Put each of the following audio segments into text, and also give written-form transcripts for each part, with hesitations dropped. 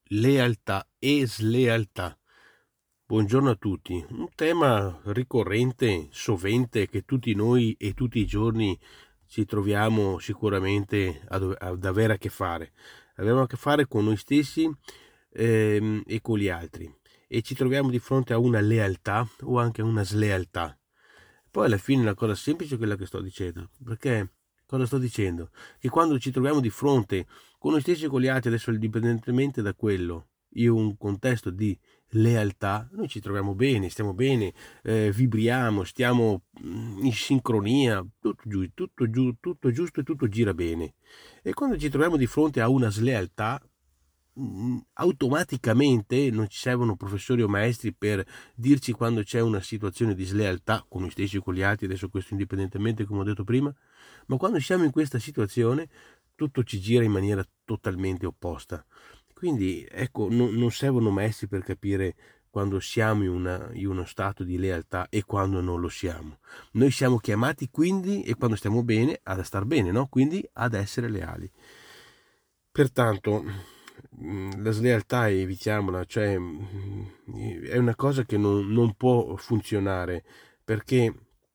lealtà e slealtà. Buongiorno a tutti. Un tema ricorrente, sovente, che tutti noi e tutti i giorni ci troviamo sicuramente ad avere a che fare. Abbiamo a che fare con noi stessi e con gli altri. E ci troviamo di fronte a una lealtà o anche a una slealtà. Poi alla fine è una cosa semplice quella che sto dicendo, perché cosa sto dicendo? Che quando ci troviamo di fronte con noi stessi e con gli altri, adesso indipendentemente da quello, in un contesto di lealtà, noi ci troviamo bene, stiamo bene, vibriamo, stiamo in sincronia, tutto giù, tutto giusto e tutto gira bene. E quando ci troviamo di fronte a una slealtà, automaticamente non ci servono professori o maestri per dirci quando c'è una situazione di slealtà con noi stessi e con gli altri, adesso questo indipendentemente come ho detto prima, ma quando siamo in questa situazione tutto ci gira in maniera totalmente opposta. Quindi ecco, non servono maestri per capire quando siamo in uno stato di lealtà e quando non lo siamo. Noi siamo chiamati quindi, e quando stiamo bene, ad star bene, no? Quindi ad essere leali. Pertanto la slealtà evitiamola, cioè è una cosa che non può funzionare, perché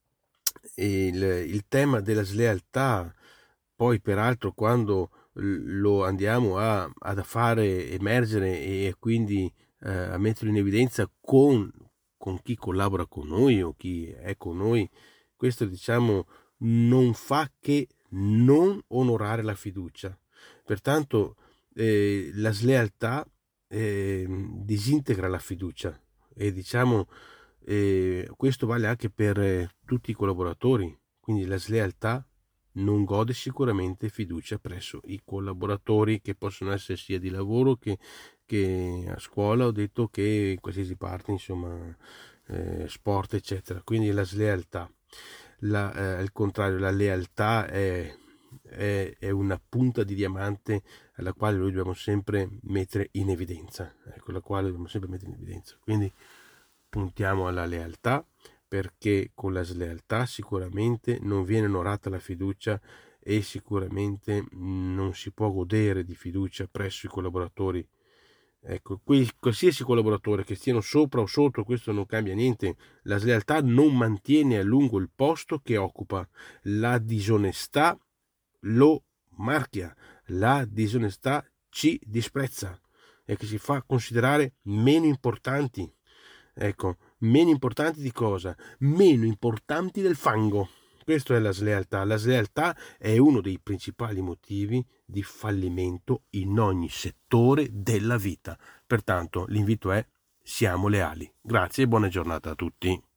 il tema della slealtà, poi peraltro quando lo andiamo ad fare emergere e quindi a metterlo in evidenza con chi collabora con noi o chi è con noi, questo diciamo non fa che non onorare la fiducia. Pertanto la slealtà disintegra la fiducia e diciamo questo vale anche per tutti i collaboratori, quindi la slealtà non gode sicuramente fiducia presso i collaboratori, che possono essere sia di lavoro che a scuola, ho detto, che in qualsiasi parte, insomma, sport eccetera. Quindi la slealtà, al contrario, la lealtà è una punta di diamante alla quale noi dobbiamo sempre mettere in evidenza, ecco, la quale dobbiamo sempre mettere in evidenza. Quindi puntiamo alla lealtà, perché con la slealtà sicuramente non viene onorata la fiducia e sicuramente non si può godere di fiducia presso i collaboratori. Ecco, qualsiasi collaboratore, che stiano sopra o sotto, questo non cambia niente. La slealtà non mantiene a lungo il posto che occupa. La disonestà lo marchia. La disonestà ci disprezza e che ci fa considerare meno importanti. Ecco, meno importanti di cosa? Meno importanti del fango. Questa è la slealtà. La slealtà è uno dei principali motivi di fallimento in ogni settore della vita. Pertanto l'invito è: siamo leali. Grazie e buona giornata a tutti.